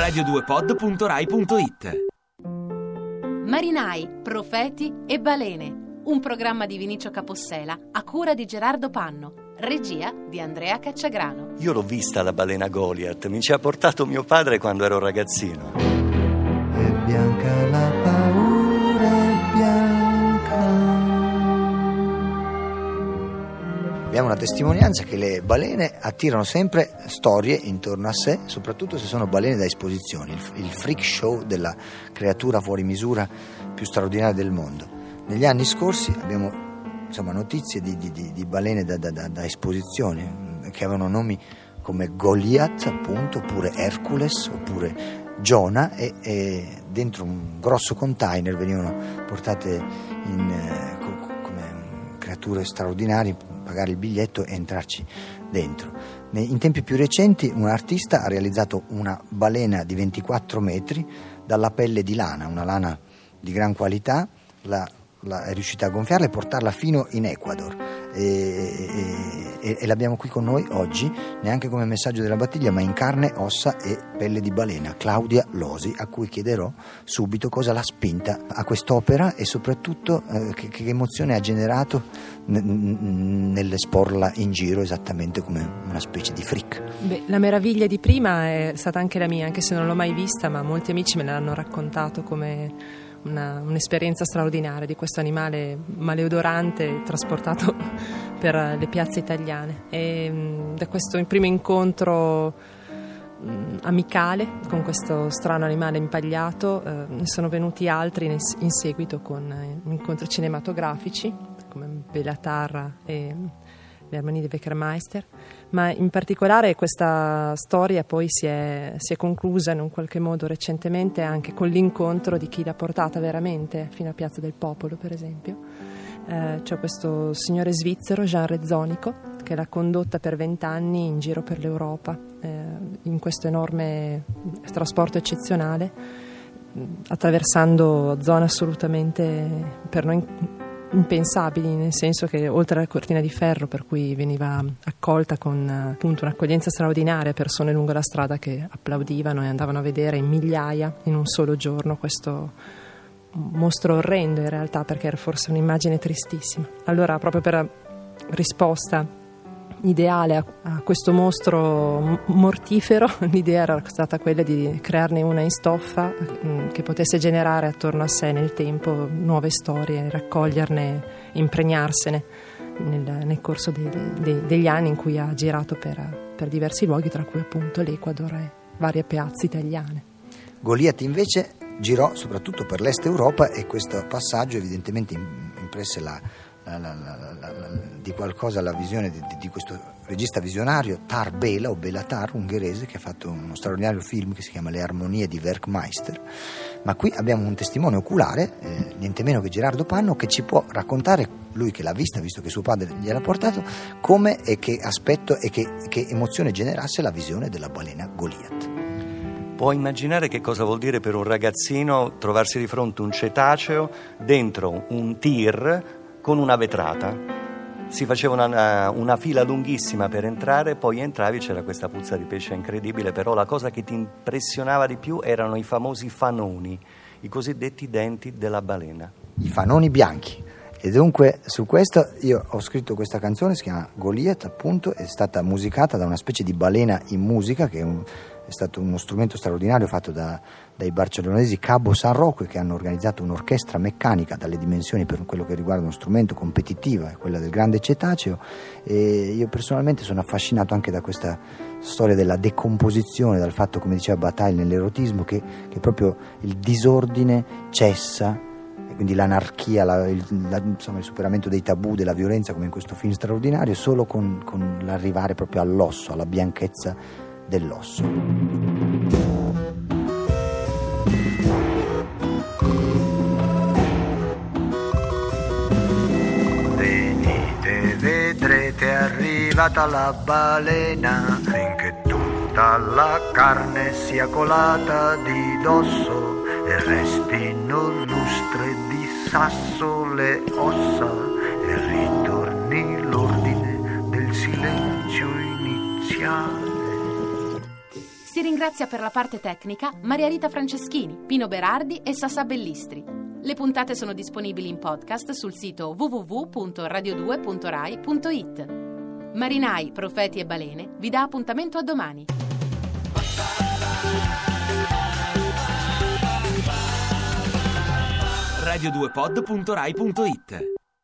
radio2pod.rai.it. Marinai, profeti e balene. Un programma di Vinicio Capossela a cura di Gerardo Panno. Regia di Andrea Cacciagrano. Io l'ho vista la balena Goliath, mi ci ha portato mio padre quando ero ragazzino. È bianca la paura, è bianca. Abbiamo una testimonianza che le balene attirano sempre storie intorno a sé, soprattutto se sono balene da esposizioni, il freak show della creatura fuori misura più straordinaria del mondo. Negli anni scorsi abbiamo notizie di balene da esposizione che avevano nomi come Goliath, appunto, oppure Hercules, oppure Giona, e dentro un grosso container venivano portate come creature straordinarie, pagare il biglietto e entrarci dentro. In tempi più recenti un artista ha realizzato una balena di 24 metri dalla pelle di lana, una lana di gran qualità, è riuscita a gonfiarla e portarla fino in Ecuador e l'abbiamo qui con noi oggi, neanche come messaggio della battiglia, ma in carne, ossa e pelle di balena, Claudia Losi, a cui chiederò subito cosa l'ha spinta a quest'opera e soprattutto che emozione ha generato nell'esporla in giro esattamente come una specie di freak. La meraviglia di prima è stata anche la mia, anche se non l'ho mai vista, ma molti amici me l'hanno raccontato come un'esperienza straordinaria di questo animale maleodorante trasportato per le piazze italiane. E da questo primo incontro amicale con questo strano animale impagliato ne sono venuti altri in seguito con incontri cinematografici come Bellatar e le armonie di Weckermeister, ma in particolare questa storia poi si è conclusa in un qualche modo recentemente anche con l'incontro di chi l'ha portata veramente fino a Piazza del Popolo, per esempio. C'è questo signore svizzero, Jean Rezzonico, che l'ha condotta per 20 anni in giro per l'Europa in questo enorme trasporto eccezionale, attraversando zone assolutamente per noi impensabili, nel senso che oltre alla cortina di ferro, per cui veniva accolta con appunto un'accoglienza straordinaria, persone lungo la strada che applaudivano e andavano a vedere in migliaia in un solo giorno questo mostro orrendo, in realtà, perché era forse un'immagine tristissima. Allora, proprio per risposta ideale a questo mostro mortifero, l'idea era stata quella di crearne una in stoffa che potesse generare attorno a sé nel tempo nuove storie, raccoglierne, impregnarsene nel corso degli anni in cui ha girato per diversi luoghi, tra cui appunto l'Ecuador e varie piazze italiane. Goliath invece girò soprattutto per l'est Europa e questo passaggio evidentemente impresse di qualcosa la visione di questo regista visionario Tar Bela o Bellatar, ungherese, che ha fatto uno straordinario film che si chiama Le armonie di Werckmeister. Ma qui abbiamo un testimone oculare, niente meno che Gerardo Panno, che ci può raccontare, lui che l'ha vista, visto che suo padre gliel'ha portato, come e che aspetto e che emozione generasse la visione della balena Goliath. Puoi immaginare che cosa vuol dire per un ragazzino trovarsi di fronte a un cetaceo dentro un tir con una vetrata. Si faceva una fila lunghissima per entrare, poi entravi e c'era questa puzza di pesce incredibile, però la cosa che ti impressionava di più erano i famosi fanoni, i cosiddetti denti della balena. I fanoni bianchi. E dunque su questo io ho scritto questa canzone, si chiama Goliath, appunto, è stata musicata da una specie di balena in musica, che è stato uno strumento straordinario fatto dai barcellonesi Cabo San Roque, che hanno organizzato un'orchestra meccanica dalle dimensioni per quello che riguarda uno strumento competitiva, quella del grande cetaceo, e io personalmente sono affascinato anche da questa storia della decomposizione, dal fatto, come diceva Bataille nell'erotismo, che proprio il disordine cessa, quindi l'anarchia, il superamento dei tabù, della violenza, come in questo film straordinario, solo con l'arrivare proprio all'osso, alla bianchezza dell'osso. Venite, vedrete, è arrivata la balena, finché tutta la carne sia colata di dosso e restino lustre di sasso le ossa e ritorni l'ordine del silenzio iniziale. Si ringrazia per la parte tecnica Maria Rita Franceschini, Pino Berardi e Sassà Bellistri. Le puntate sono disponibili in podcast sul sito www.radio2.rai.it. Marinai, Profeti e Balene vi dà appuntamento a domani. radio2pod.rai.it